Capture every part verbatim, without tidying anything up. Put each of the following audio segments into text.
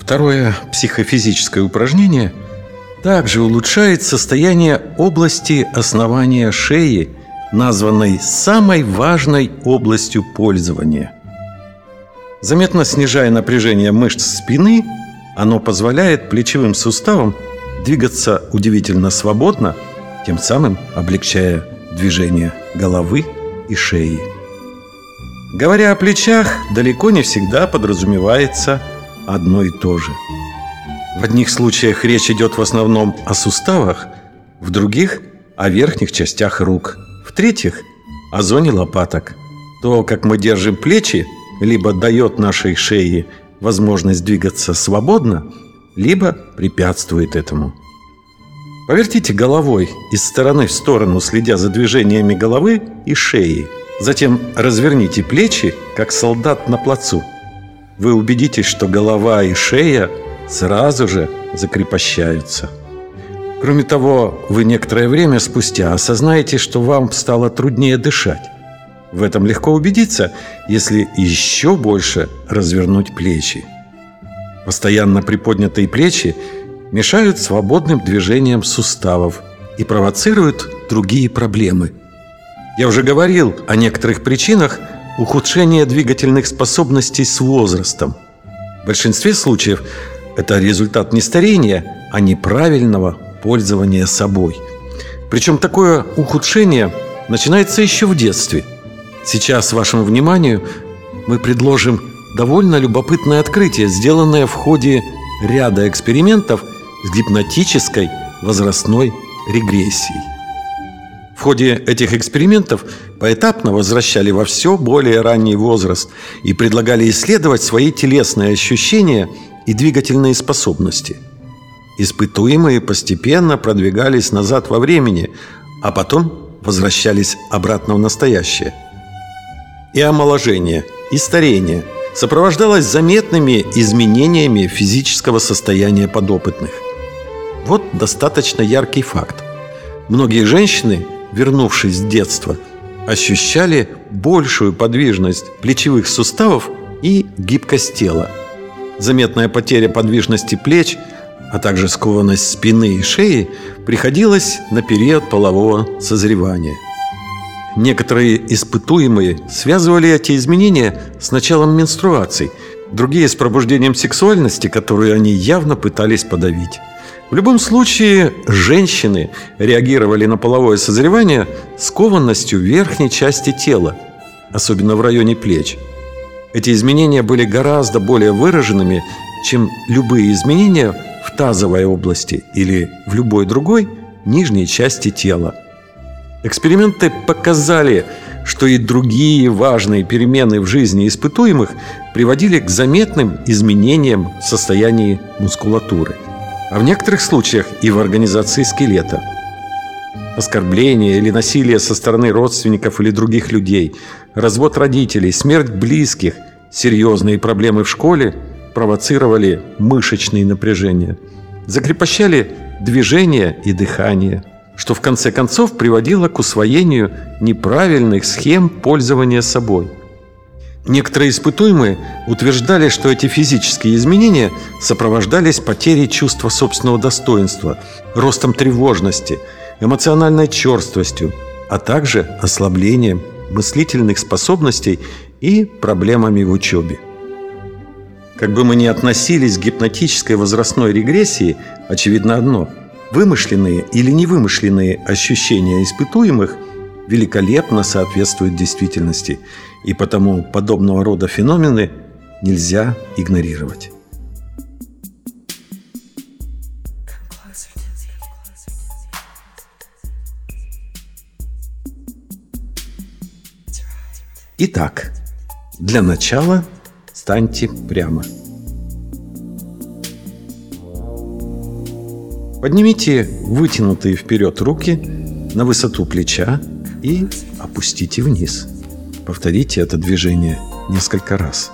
Второе психофизическое упражнение также улучшает состояние области основания шеи, названной самой важной областью пользования. Заметно снижая напряжение мышц спины, оно позволяет плечевым суставам двигаться удивительно свободно, тем самым облегчая движение головы и шеи. Говоря о плечах, далеко не всегда подразумевается одно и то же. В одних случаях речь идет в основном о суставах, в других – о верхних частях рук, в-третьих – о зоне лопаток. То, как мы держим плечи, либо дает нашей шее возможность двигаться свободно, либо препятствует этому. Повертите головой из стороны в сторону, следя за движениями головы и шеи. Затем разверните плечи, как солдат на плацу. Вы убедитесь, что голова и шея сразу же закрепощаются. Кроме того, вы некоторое время спустя осознаете, что вам стало труднее дышать. В этом легко убедиться, если еще больше развернуть плечи. Постоянно приподнятые плечи мешают свободным движениям суставов и провоцируют другие проблемы. Я уже говорил о некоторых причинах ухудшения двигательных способностей с возрастом. В большинстве случаев это результат не старения, а неправильного пользования собой. Причем такое ухудшение начинается еще в детстве. Сейчас вашему вниманию мы предложим довольно любопытное открытие, сделанное в ходе ряда экспериментов с гипнотической возрастной регрессией. В ходе этих экспериментов поэтапно возвращали во все более ранний возраст и предлагали исследовать свои телесные ощущения и двигательные способности. Испытуемые постепенно продвигались назад во времени, а потом возвращались обратно в настоящее. И омоложение, и старение сопровождалось заметными изменениями физического состояния подопытных. Вот достаточно яркий факт. Многие женщины, вернувшись с детства, ощущали большую подвижность плечевых суставов и гибкость тела. Заметная потеря подвижности плеч, а также скованность спины и шеи приходилась на период полового созревания. Некоторые испытуемые связывали эти изменения с началом менструаций, другие с пробуждением сексуальности, которую они явно пытались подавить. В любом случае, женщины реагировали на половое созревание скованностью верхней части тела, особенно в районе плеч. Эти изменения были гораздо более выраженными, чем любые изменения в тазовой области или в любой другой нижней части тела. Эксперименты показали, что и другие важные перемены в жизни испытуемых приводили к заметным изменениям в состоянии мускулатуры, а в некоторых случаях и в организации скелета. Оскорбление или насилие со стороны родственников или других людей, развод родителей, смерть близких, серьезные проблемы в школе провоцировали мышечные напряжения, закрепощали движение и дыхание, что в конце концов приводило к усвоению неправильных схем пользования собой. Некоторые испытуемые утверждали, что эти физические изменения сопровождались потерей чувства собственного достоинства, ростом тревожности, эмоциональной черствостью, а также ослаблением мыслительных способностей и проблемами в учебе. Как бы мы ни относились к гипнотической возрастной регрессии, очевидно одно: вымышленные или невымышленные ощущения испытуемых великолепно соответствуют действительности, и потому подобного рода феномены нельзя игнорировать. Итак, для начала станьте прямо. Поднимите вытянутые вперед руки на высоту плеча и опустите вниз. Повторите это движение несколько раз.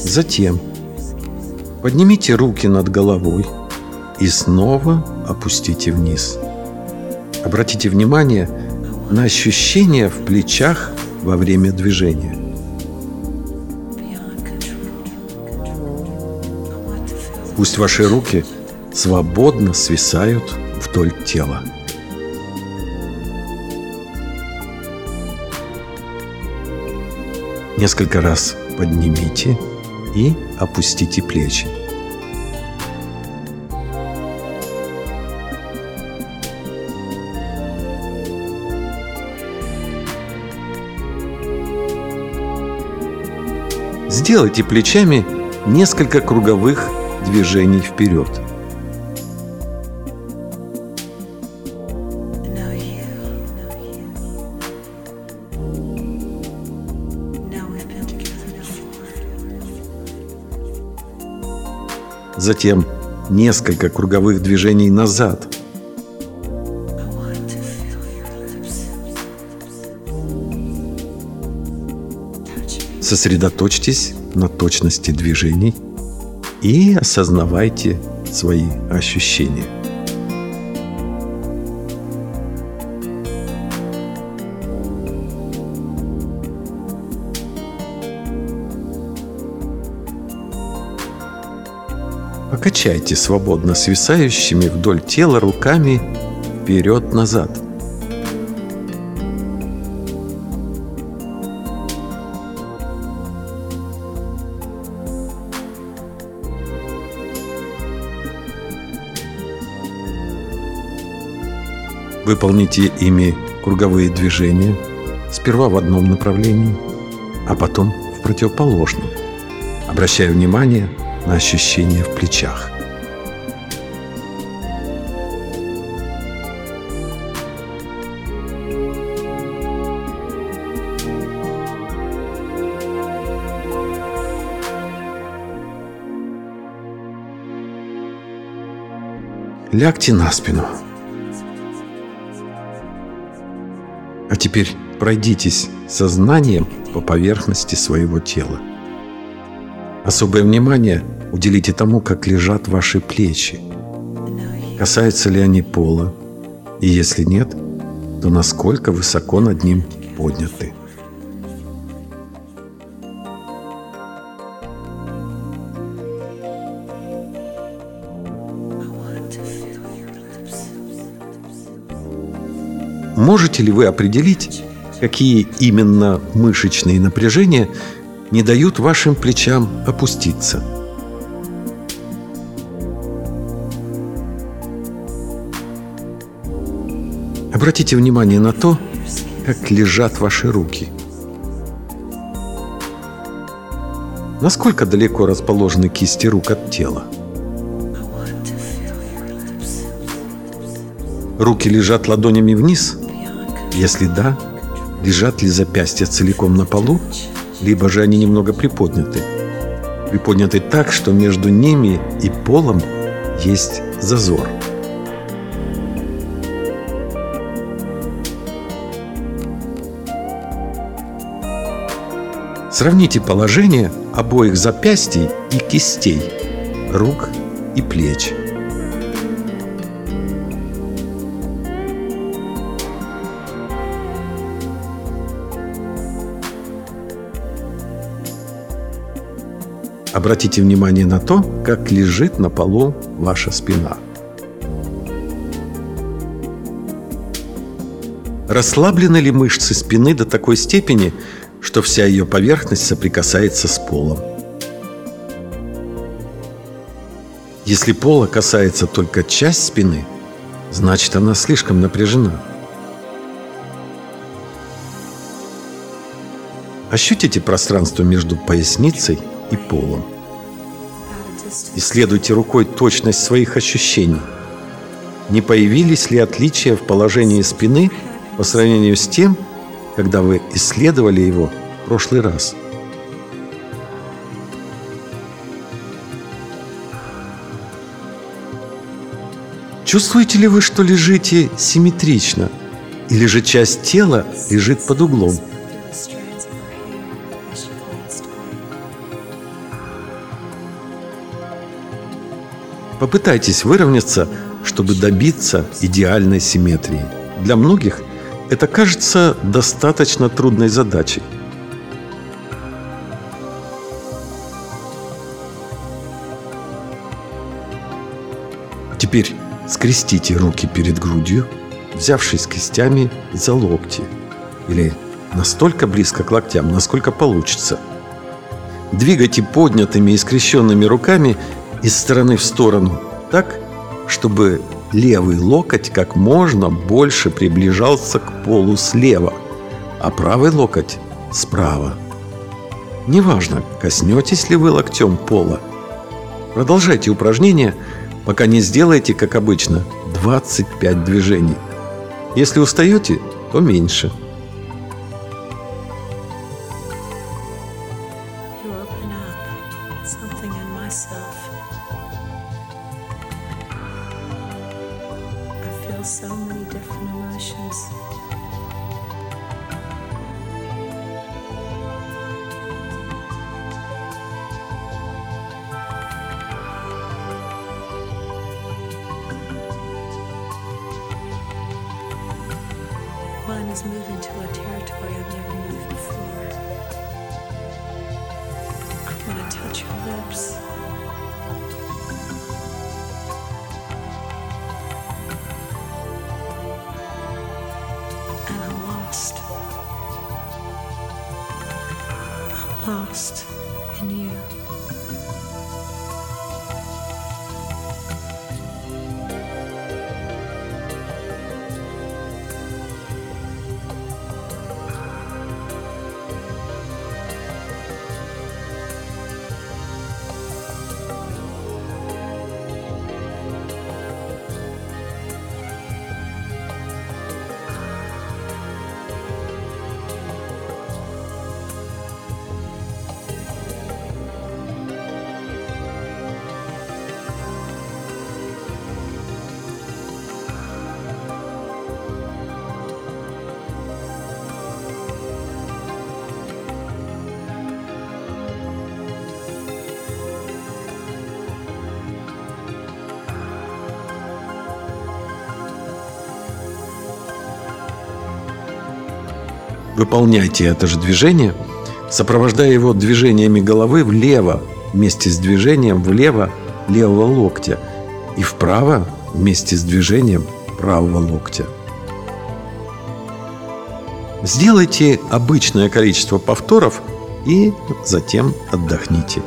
Затем поднимите руки над головой и снова опустите вниз. Обратите внимание на ощущения в плечах во время движения. Пусть ваши руки свободно свисают вдоль тела. Несколько раз поднимите и опустите плечи. Сделайте плечами несколько круговых движений вперед. Затем несколько круговых движений назад. Сосредоточьтесь на точности движений и осознавайте свои ощущения. Покачайте свободно свисающими вдоль тела руками вперед-назад. Выполните ими круговые движения, сперва в одном направлении, а потом в противоположном, обращая внимание на ощущения в плечах. Лягте на спину. А теперь пройдитесь сознанием по поверхности своего тела. Особое внимание уделите тому, как лежат ваши плечи. Касаются ли они пола? И если нет, то насколько высоко над ним подняты? Можете ли вы определить, какие именно мышечные напряжения не дают вашим плечам опуститься? Обратите внимание на то, как лежат ваши руки. Насколько далеко расположены кисти рук от тела? Руки лежат ладонями вниз? Если да, лежат ли запястья целиком на полу, либо же они немного приподняты? Приподняты так, что между ними и полом есть зазор. Сравните положение обоих запястий и кистей, рук и плеч. Обратите внимание на то, как лежит на полу ваша спина. Расслаблены ли мышцы спины до такой степени, что вся ее поверхность соприкасается с полом? Если пола касается только часть спины, значит, она слишком напряжена. Ощутите пространство между поясницей и полом. Исследуйте рукой точность своих ощущений. Не появились ли отличия в положении спины по сравнению с тем, когда вы исследовали его в прошлый раз? Чувствуете ли вы, что лежите симметрично, или же часть тела лежит под углом? Попытайтесь выровняться, чтобы добиться идеальной симметрии. Для многих это кажется достаточно трудной задачей. Теперь скрестите руки перед грудью, взявшись кистями за локти, или настолько близко к локтям, насколько получится. Двигайте поднятыми и скрещенными руками из стороны в сторону так, чтобы левый локоть как можно больше приближался к полу слева, а правый локоть справа. Неважно, коснетесь ли вы локтем пола. Продолжайте упражнение, пока не сделаете, как обычно, двадцать пять движений. Если устаете, то меньше. So many different emotions. One is moving to a territory I've never moved before. I want to touch your lips. Lost in you. Выполняйте это же движение, сопровождая его движениями головы влево вместе с движением влево левого локтя и вправо вместе с движением правого локтя. Сделайте обычное количество повторов и затем отдохните.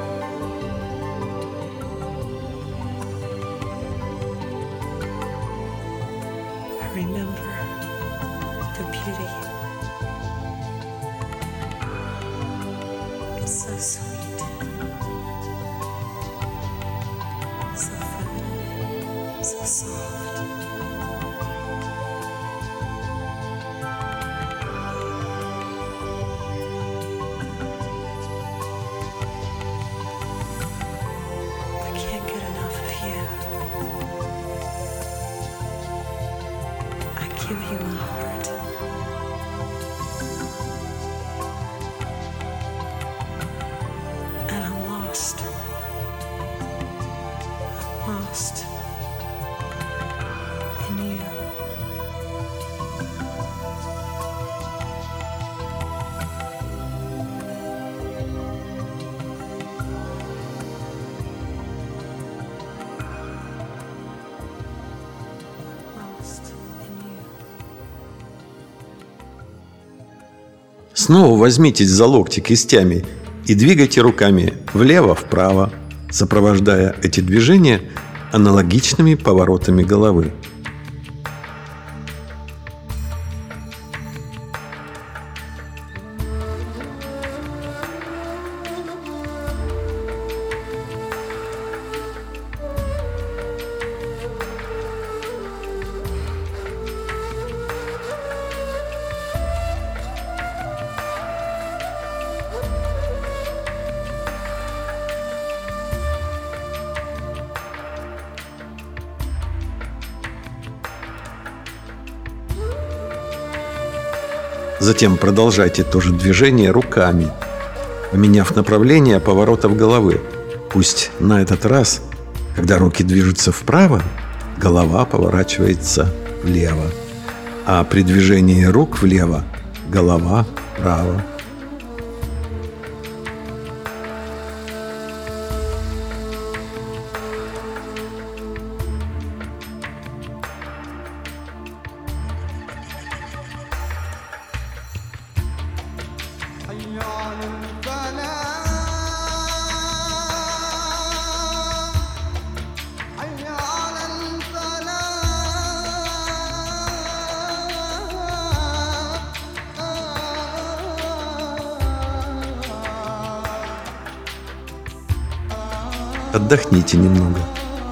So sweet, so feminine, so soft. I can't get enough of you. I give you my heart. Lost. Lost in you. Lost in you. Снова возьмитесь за локти кистями и двигайте руками влево-вправо, сопровождая эти движения аналогичными поворотами головы. Затем продолжайте то же движение руками, поменяв направление поворотов головы. Пусть на этот раз Когда руки движутся вправо, голова поворачивается влево, а при движении рук влево голова вправо. Отдохните немного.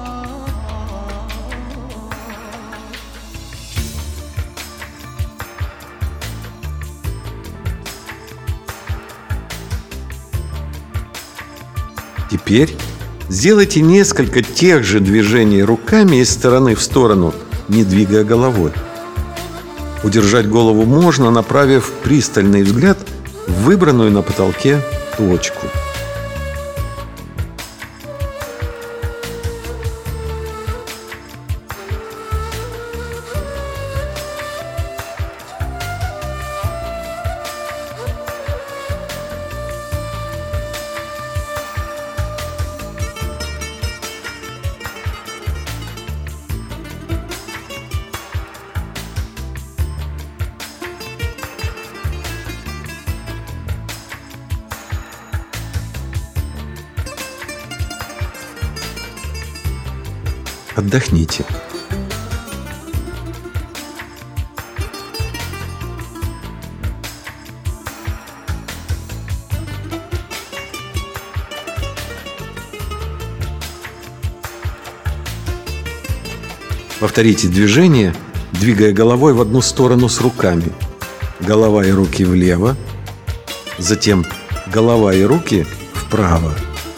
Теперь сделайте несколько тех же движений руками из стороны в сторону, не двигая головой. Удержать голову можно, направив пристальный взгляд в выбранную на потолке точку. Отдохните. Повторите движение, двигая головой в одну сторону с руками. Голова и руки влево, затем голова и руки вправо.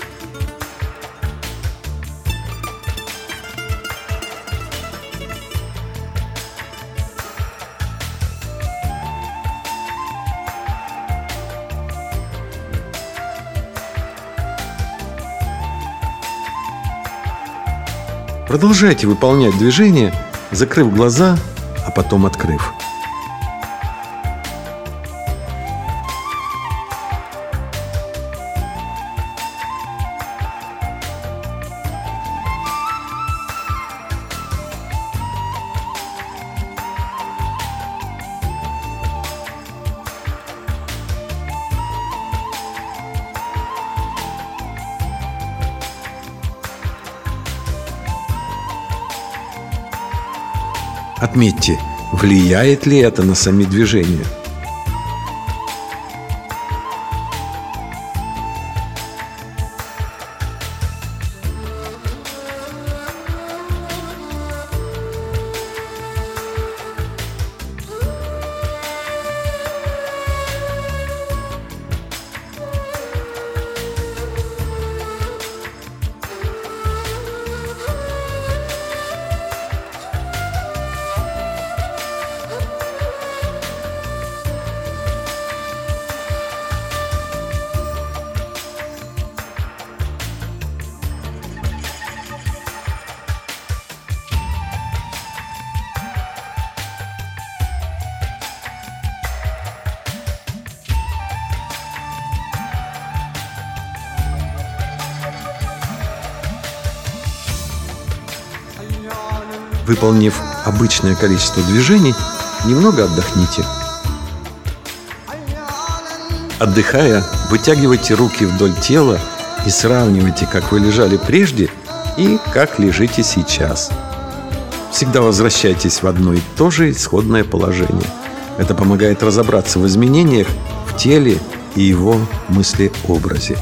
Продолжайте выполнять движение, закрыв глаза, а потом открыв. Отметьте, влияет ли это на сами движения. Выполнив обычное количество движений, немного отдохните. Отдыхая, вытягивайте руки вдоль тела и сравнивайте, как вы лежали прежде и как лежите сейчас. Всегда возвращайтесь в одно и то же исходное положение. Это помогает разобраться в изменениях в теле и его мыслеобразе.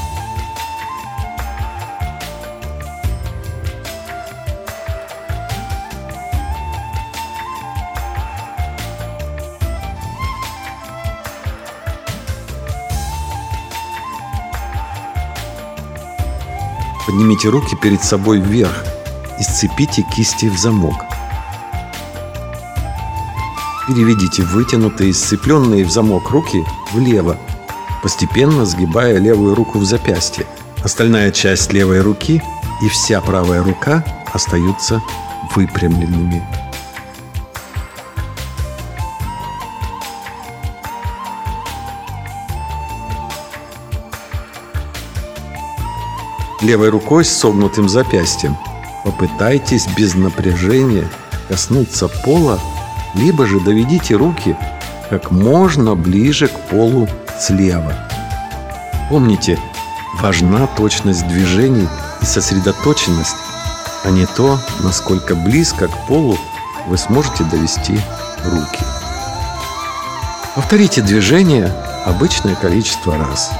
Поднимите руки перед собой вверх и сцепите кисти в замок. Переведите вытянутые, сцепленные в замок руки влево, постепенно сгибая левую руку в запястье. Остальная часть левой руки и вся правая рука остаются выпрямленными. Левой рукой с согнутым запястьем попытайтесь без напряжения коснуться пола, либо же доведите руки как можно ближе к полу слева. Помните, важна точность движений и сосредоточенность, а не то, насколько близко к полу вы сможете довести руки. Повторите движение обычное количество раз.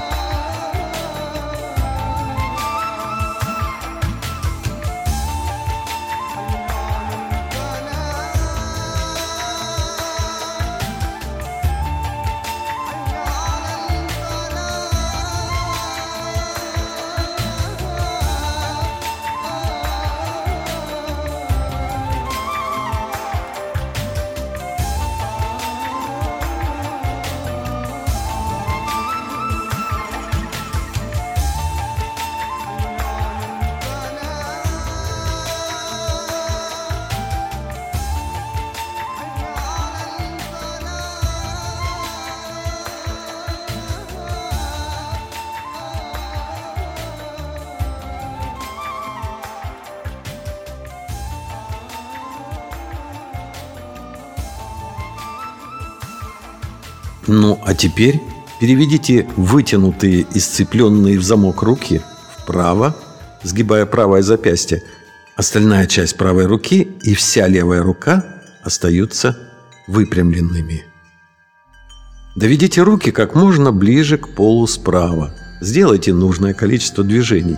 Ну, а теперь переведите вытянутые и сцепленные в замок руки вправо, сгибая правое запястье. Остальная часть правой руки и вся левая рука остаются выпрямленными. Доведите руки как можно ближе к полу справа. Сделайте нужное количество движений.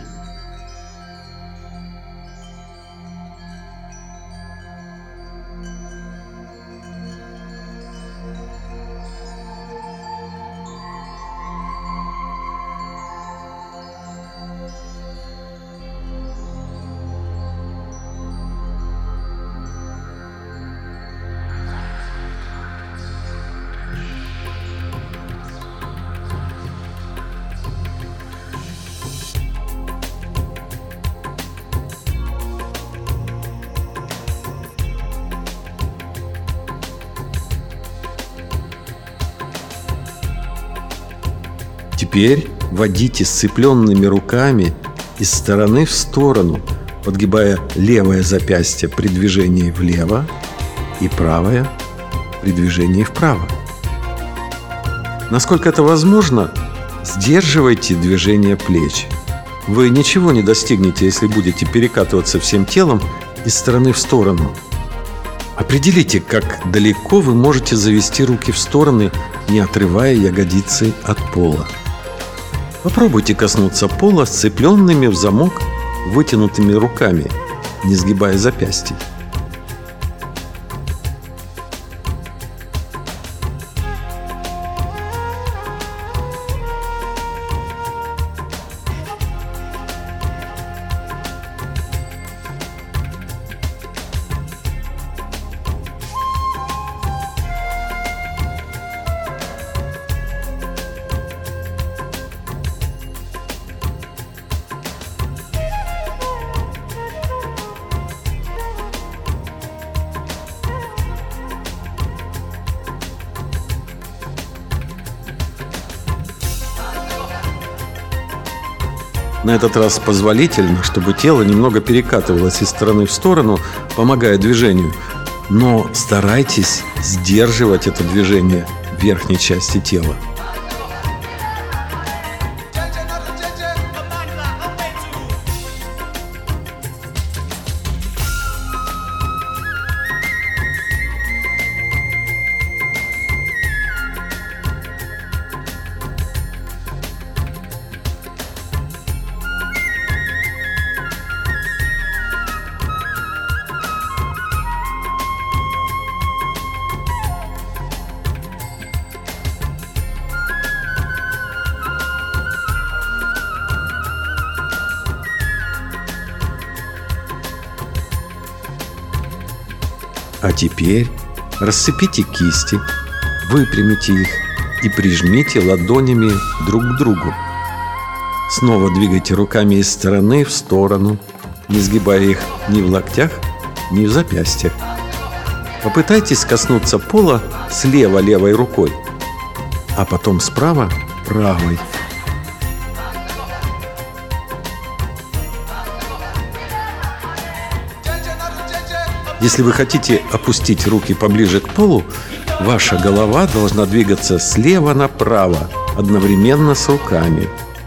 Теперь водите сцепленными руками из стороны в сторону, подгибая левое запястье при движении влево и правое при движении вправо. Насколько это возможно, сдерживайте движение плеч. Вы ничего не достигнете, если будете перекатываться всем телом из стороны в сторону. Определите, как далеко вы можете завести руки в стороны, не отрывая ягодицы от пола. Попробуйте коснуться пола сцепленными в замок вытянутыми руками, не сгибая запястья. На этот раз позволительно, чтобы тело немного перекатывалось из стороны в сторону, помогая движению. Но старайтесь сдерживать это движение в верхней части тела. А теперь расцепите кисти, выпрямите их и прижмите ладонями друг к другу. Снова двигайте руками из стороны в сторону, не сгибая их ни в локтях, ни в запястьях. Попытайтесь коснуться пола слева левой рукой, а потом справа правой. Если вы хотите опустить руки поближе к полу, ваша голова должна двигаться слева направо, одновременно с руками.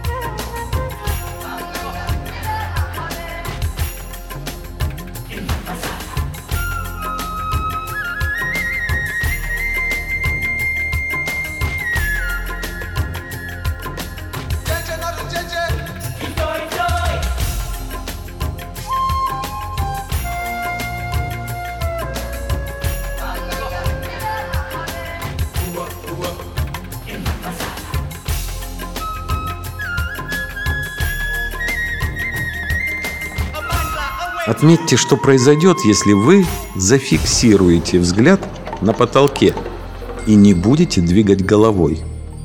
Отметьте, что произойдет, если вы зафиксируете взгляд на потолке и не будете двигать головой.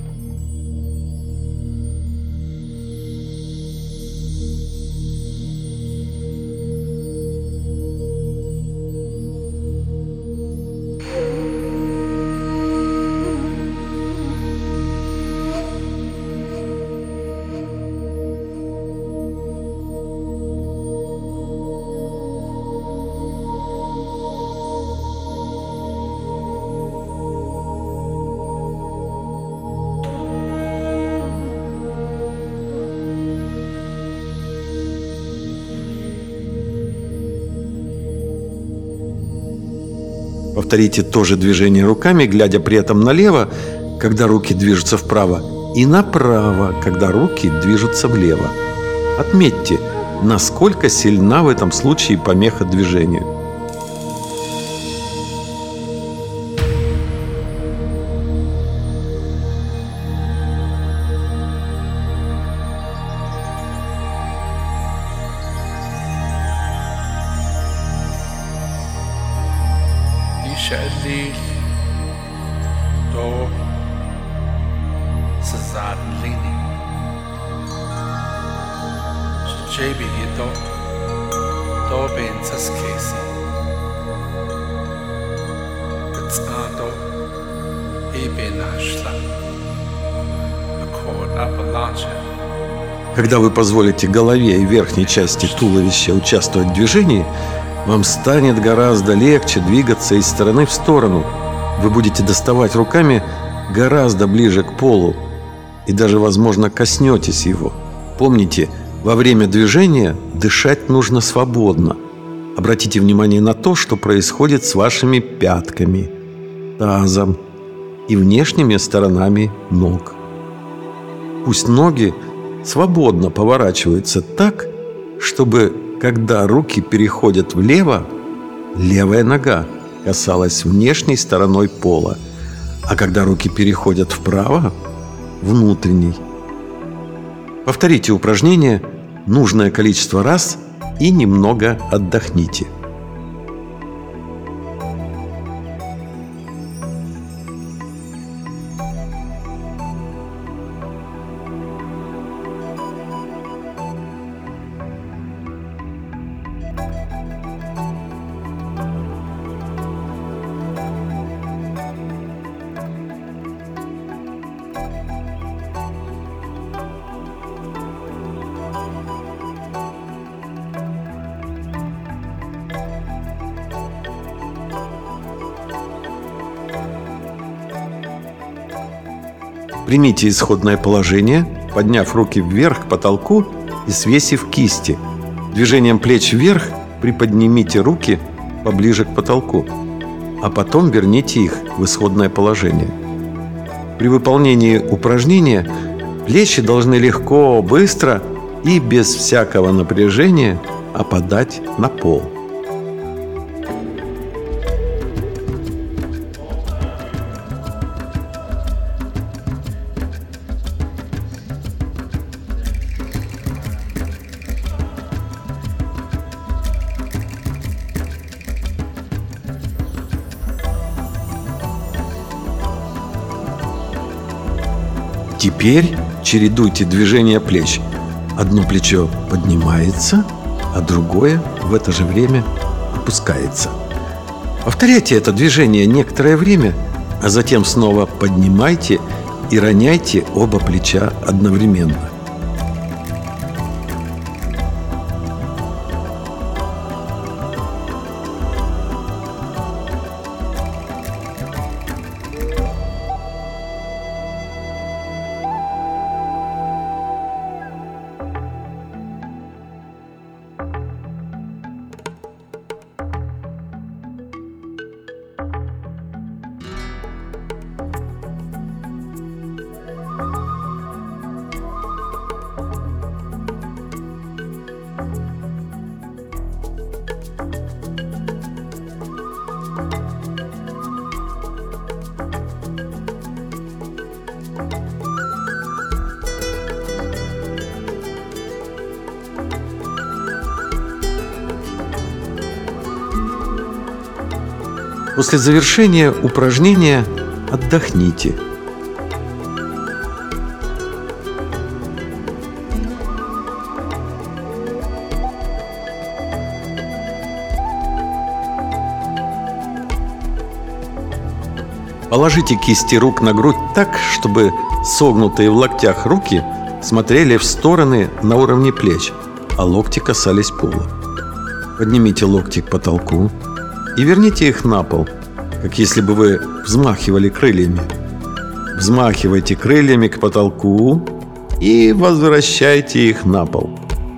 Повторите то же движение руками, глядя при этом налево, когда руки движутся вправо, и направо, когда руки движутся влево. Отметьте, насколько сильна в этом случае помеха движению. Kärlek då så zaten ligning så J B då då ben tas Casey Getsado e ben ashla Accord Appalachia. Когда вы позволите голове и верхней части туловища участвовать в движении, вам станет гораздо легче двигаться из стороны в сторону. Вы будете доставать руками гораздо ближе к полу и даже, возможно, коснетесь его. Помните, во время движения дышать нужно свободно. Обратите внимание на то, что происходит с вашими пятками, тазом и внешними сторонами ног. Пусть ноги свободно поворачиваются так, чтобы, когда руки переходят влево, левая нога касалась внешней стороной пола, а когда руки переходят вправо, внутренней. Повторите упражнение нужное количество раз и немного отдохните. Примите исходное положение, подняв руки вверх к потолку и свесив кисти. Движением плеч вверх приподнимите руки поближе к потолку, а потом верните их в исходное положение. При выполнении упражнения плечи должны легко, быстро и без всякого напряжения опадать на пол. Теперь чередуйте движения плеч. Одно плечо поднимается, а другое в это же время опускается. Повторяйте это движение некоторое время, а затем снова поднимайте и роняйте оба плеча одновременно. После завершения упражнения отдохните. Положите кисти рук на грудь так, чтобы согнутые в локтях руки смотрели в стороны на уровне плеч, а локти касались пола. Поднимите локти к потолку и верните их на пол, как если бы вы взмахивали крыльями. Взмахивайте крыльями к потолку и возвращайте их на пол.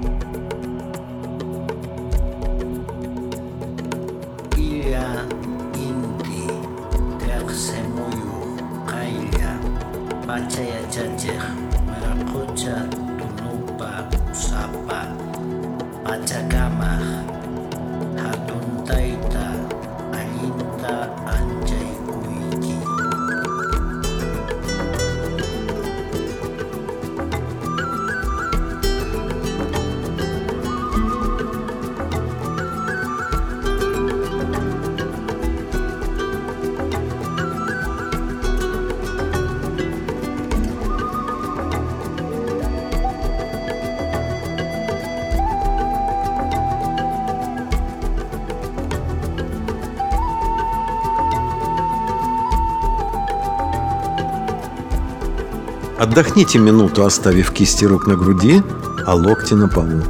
Отдохните минуту, оставив кисти рук на груди, а локти на полу.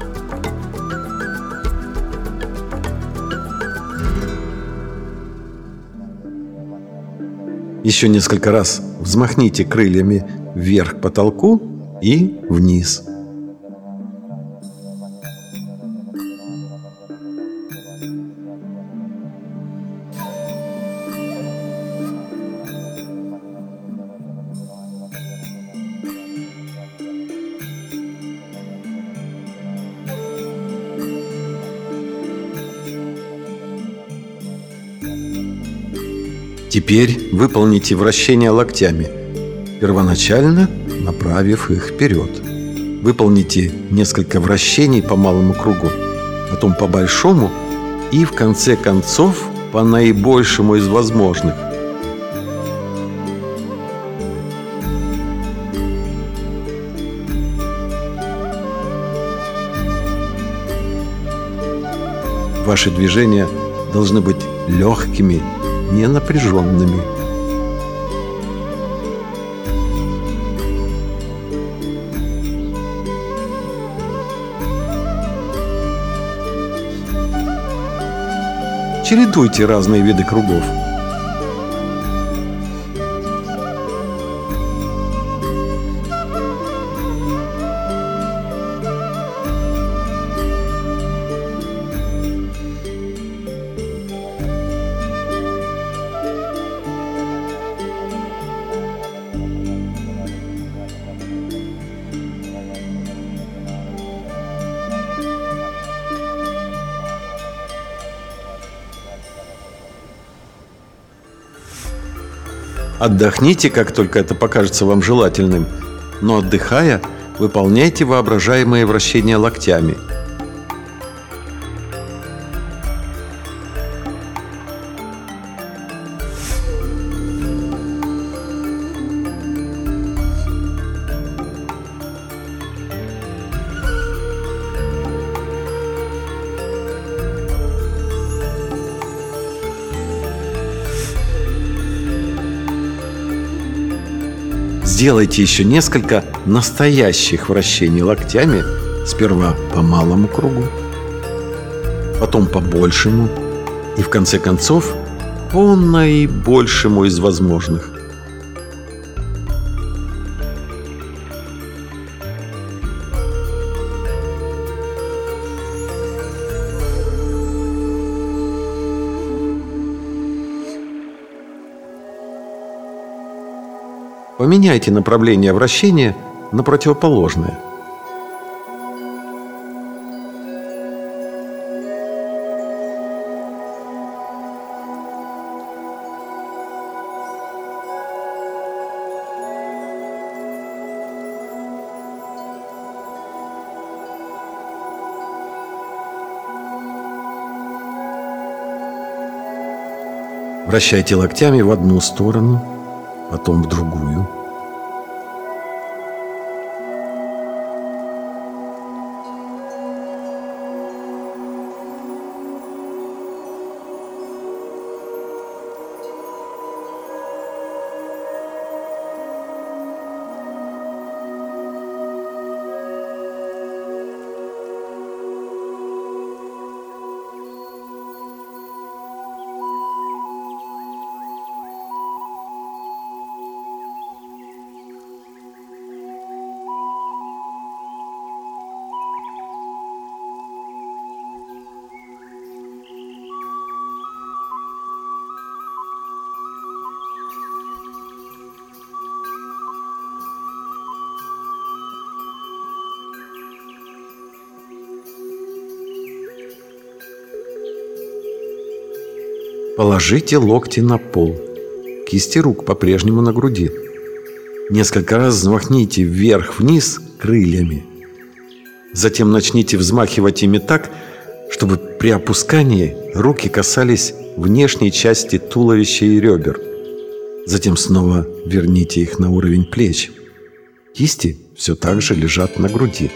Еще несколько раз взмахните крыльями вверх к потолку и вниз. Теперь выполните вращение локтями, первоначально направив их вперед. Выполните несколько вращений по малому кругу, потом по большому и в конце концов по наибольшему из возможных. Ваши движения должны быть легкими, не напряженными. Чередуйте разные виды кругов. Отдохните, как только это покажется вам желательным, но отдыхая, выполняйте воображаемые вращения локтями. Сделайте еще несколько настоящих вращений локтями. Сперва по малому кругу, потом по большему и в конце концов по наибольшему из возможных. Поменяйте направление вращения на противоположное. Вращайте локтями в одну сторону, потом в другую. Положите локти на пол, кисти рук по-прежнему на груди. Несколько раз взмахните вверх-вниз крыльями. Затем начните взмахивать ими так, чтобы при опускании руки касались внешней части туловища и ребер. Затем снова верните их на уровень плеч. Кисти все так же лежат на груди.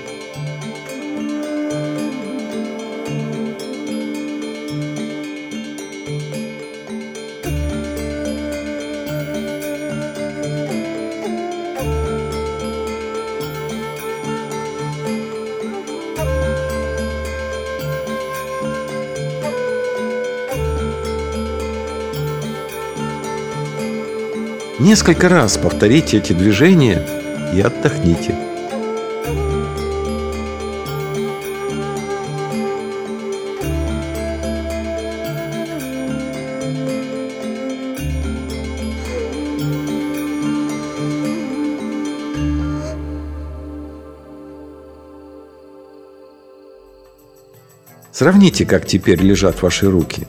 Несколько раз повторите эти движения и отдохните. Сравните, как теперь лежат ваши руки.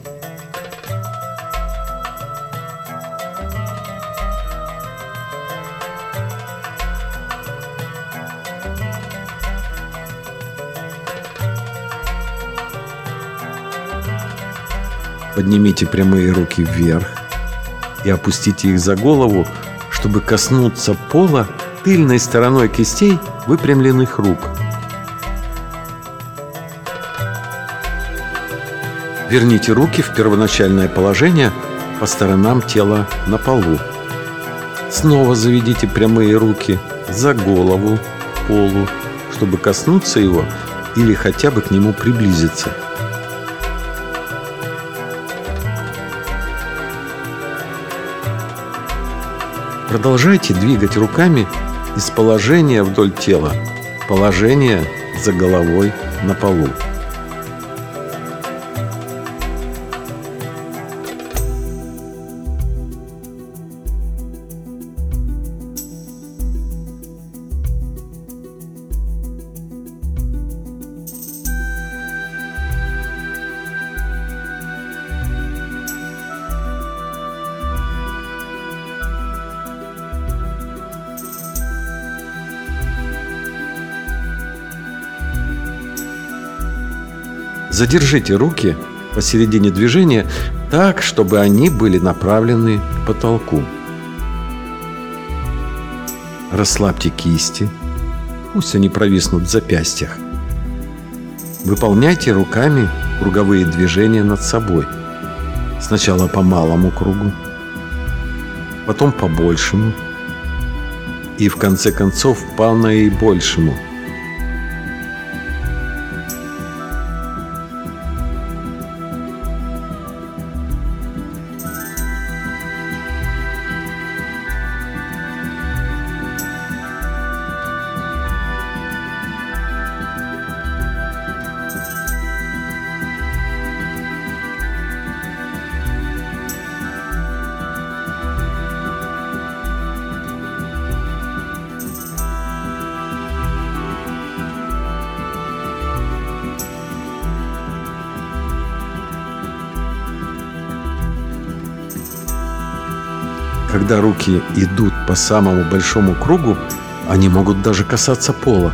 Поднимите прямые руки вверх и опустите их за голову, чтобы коснуться пола тыльной стороной кистей выпрямленных рук. Верните руки в первоначальное положение по сторонам тела на полу. Снова заведите прямые руки за голову к полу, чтобы коснуться его или хотя бы к нему приблизиться. Продолжайте двигать руками из положения вдоль тела в положение за головой на полу. Задержите руки посередине движения так, чтобы они были направлены к потолку. Расслабьте кисти, пусть они провиснут в запястьях. Выполняйте руками круговые движения над собой. Сначала по малому кругу, потом по большему и в конце концов по наибольшему. Когда руки идут по самому большому кругу, они могут даже касаться пола.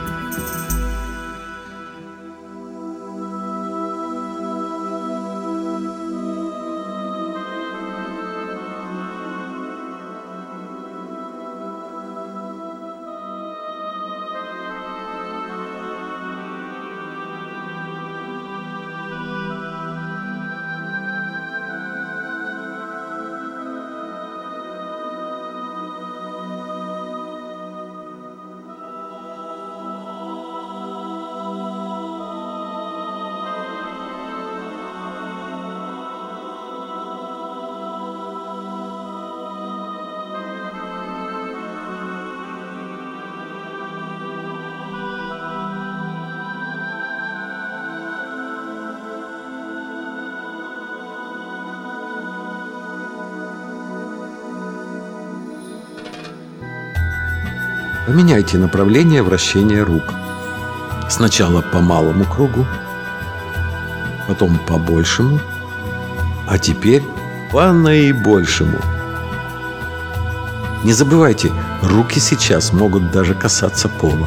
Поменяйте направление вращения рук. Сначала по малому кругу, потом по большему, а теперь по наибольшему. Не забывайте, руки сейчас могут даже касаться пола.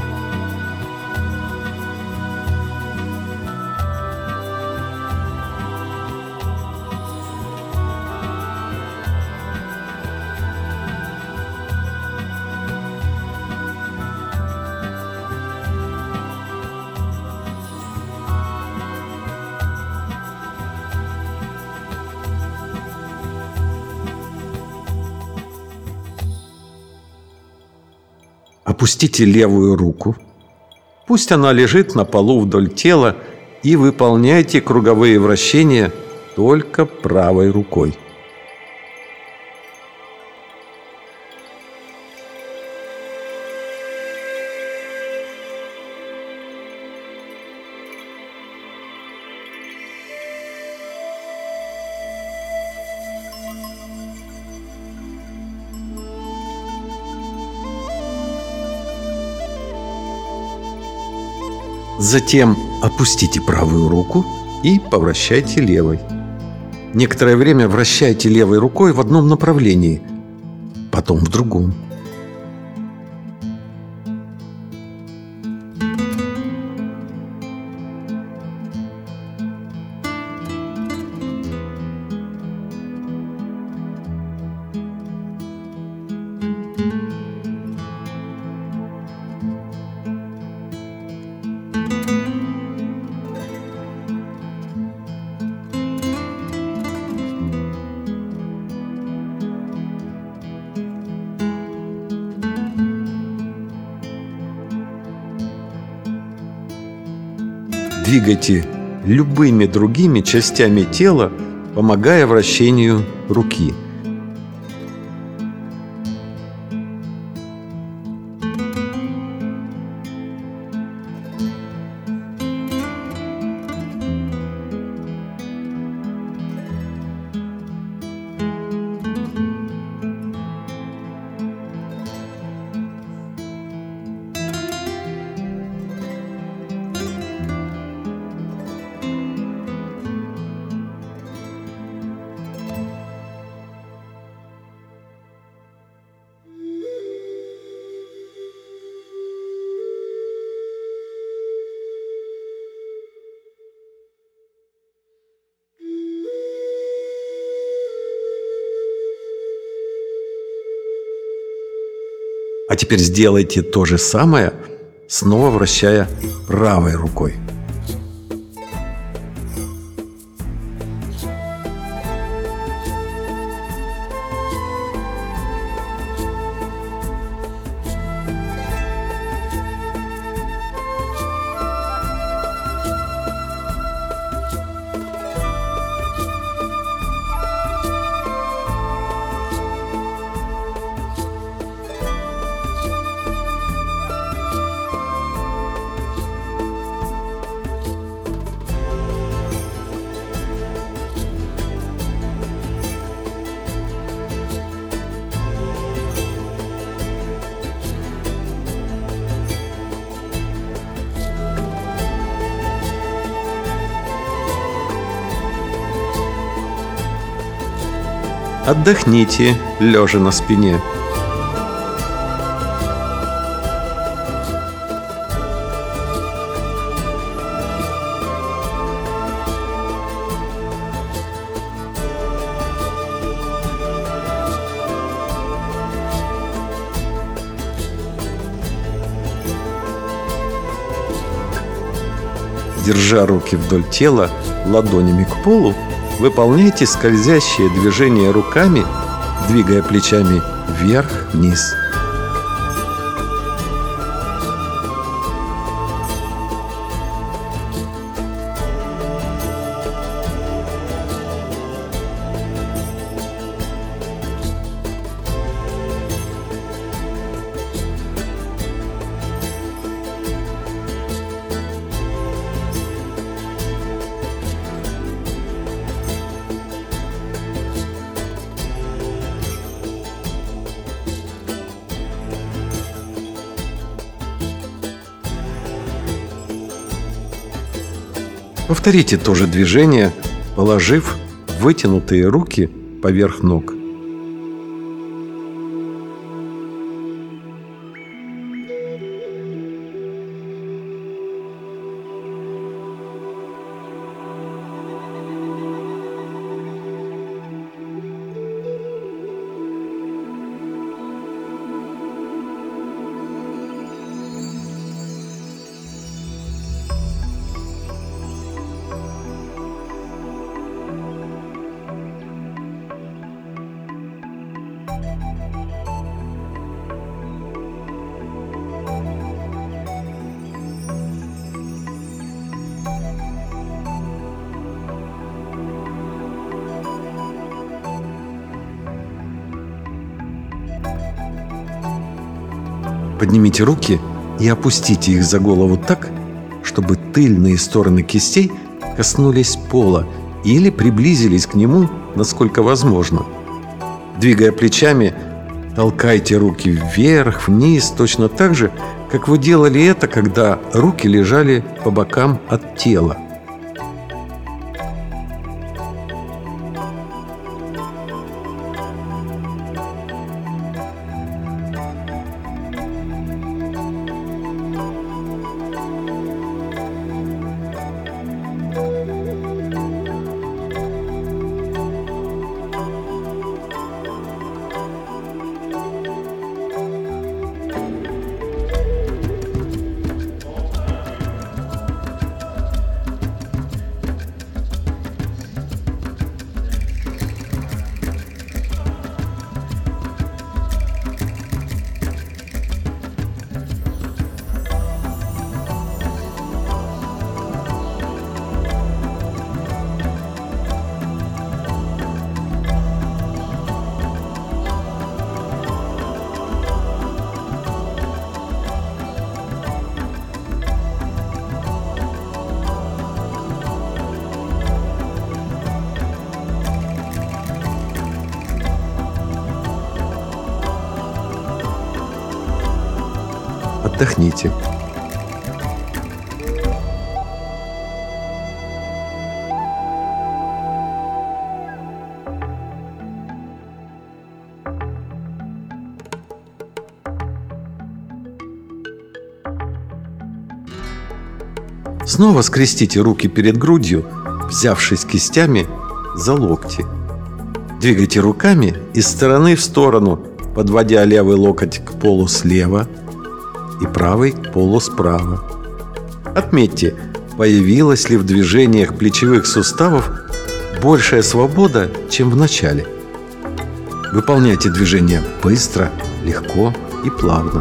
Опустите левую руку. Пусть она лежит на полу вдоль тела, и выполняйте круговые вращения только правой рукой. Затем опустите правую руку и повращайте левой. Некоторое время вращайте левой рукой в одном направлении, потом в другом. Двигайте любыми другими частями тела, помогая вращению руки. А теперь сделайте то же самое, снова вращая правой рукой. Отдохните, лежа на спине. Держа руки вдоль тела ладонями к полу, выполняйте скользящие движения руками, двигая плечами вверх-вниз. Повторите то же движение, положив вытянутые руки поверх ног. Поднимите руки и опустите их за голову так, чтобы тыльные стороны кистей коснулись пола или приблизились к нему, насколько возможно. Двигая плечами, толкайте руки вверх, вниз, точно так же, как вы делали это, когда руки лежали по бокам от тела. Отдохните. Снова скрестите руки перед грудью, взявшись кистями за локти. Двигайте руками из стороны в сторону, подводя левый локоть к полу слева и правый к полу справа. Отметьте, появилась ли в движениях плечевых суставов большая свобода, чем в начале. Выполняйте движения быстро, легко и плавно.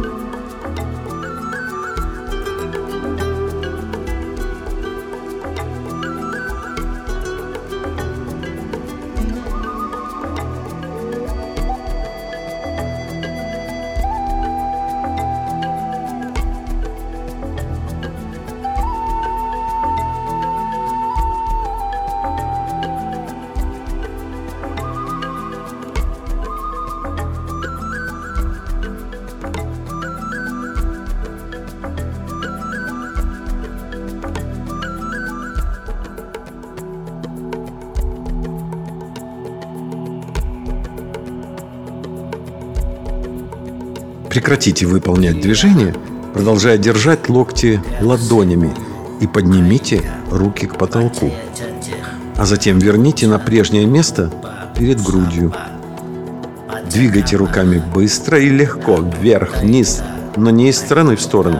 Прекратите выполнять движение, продолжая держать локти ладонями, и поднимите руки к потолку. А затем верните на прежнее место перед грудью. Двигайте руками быстро и легко, вверх-вниз, но не из стороны в сторону.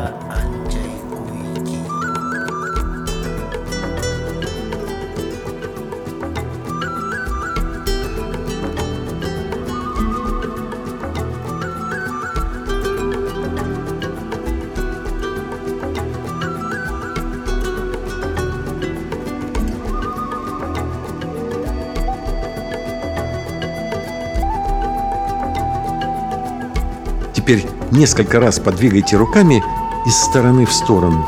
Теперь несколько раз подвигайте руками из стороны в сторону.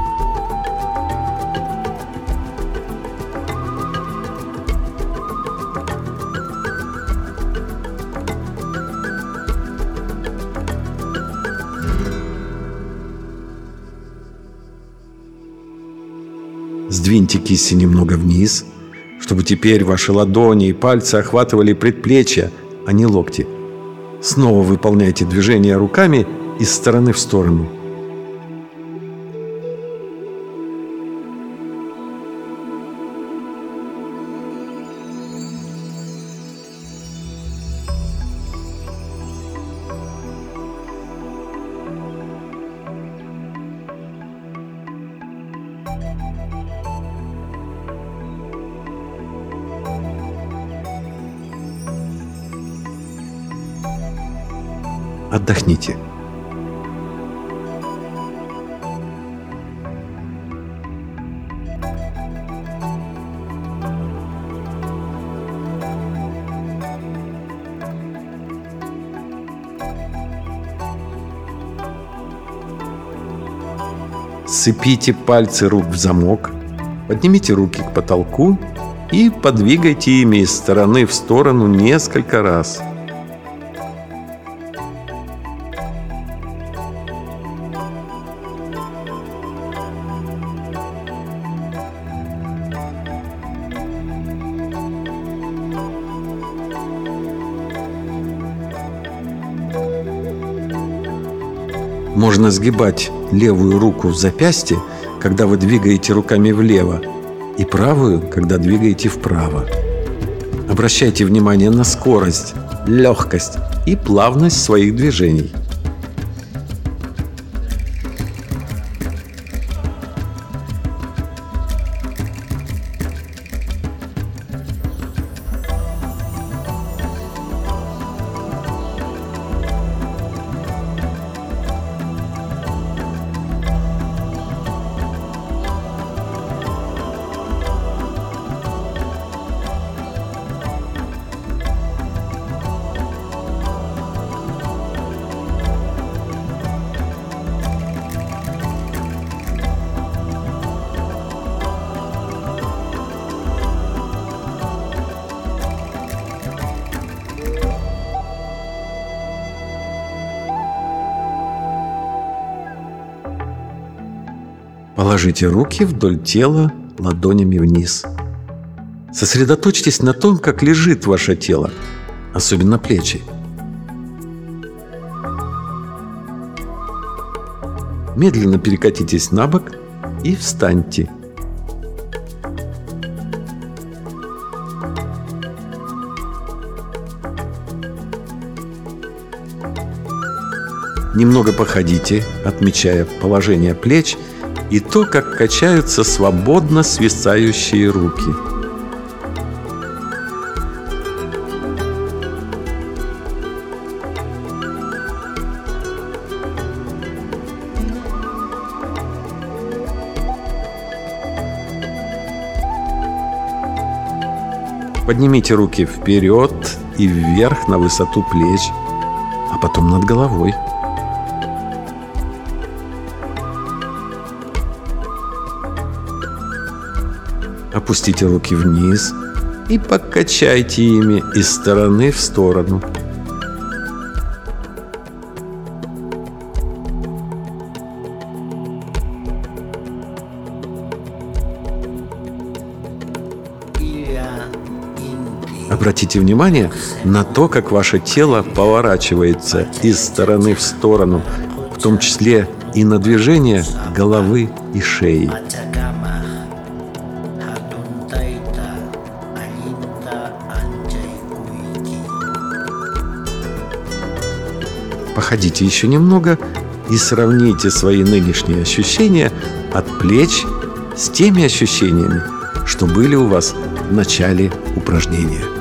Сдвиньте кисти немного вниз, чтобы теперь ваши ладони и пальцы охватывали предплечья, а не локти. Снова выполняйте движения руками из стороны в сторону. Отдохните. Сцепите пальцы рук в замок, поднимите руки к потолку и подвигайте ими из стороны в сторону несколько раз. Можно сгибать левую руку в запястье, когда вы двигаете руками влево, и правую, когда двигаете вправо. Обращайте внимание на скорость, легкость и плавность своих движений. Положите руки вдоль тела ладонями вниз. Сосредоточьтесь на том, как лежит ваше тело, особенно плечи. Медленно перекатитесь на бок и встаньте. Немного походите, отмечая положение плеч и то, как качаются свободно свисающие руки. Поднимите руки вперед и вверх на высоту плеч, а потом над головой. Опустите руки вниз и покачайте ими из стороны в сторону. Обратите внимание на то, как ваше тело поворачивается из стороны в сторону, в том числе и на движение головы и шеи. Походите еще немного и сравните свои нынешние ощущения от плеч с теми ощущениями, что были у вас в начале упражнения.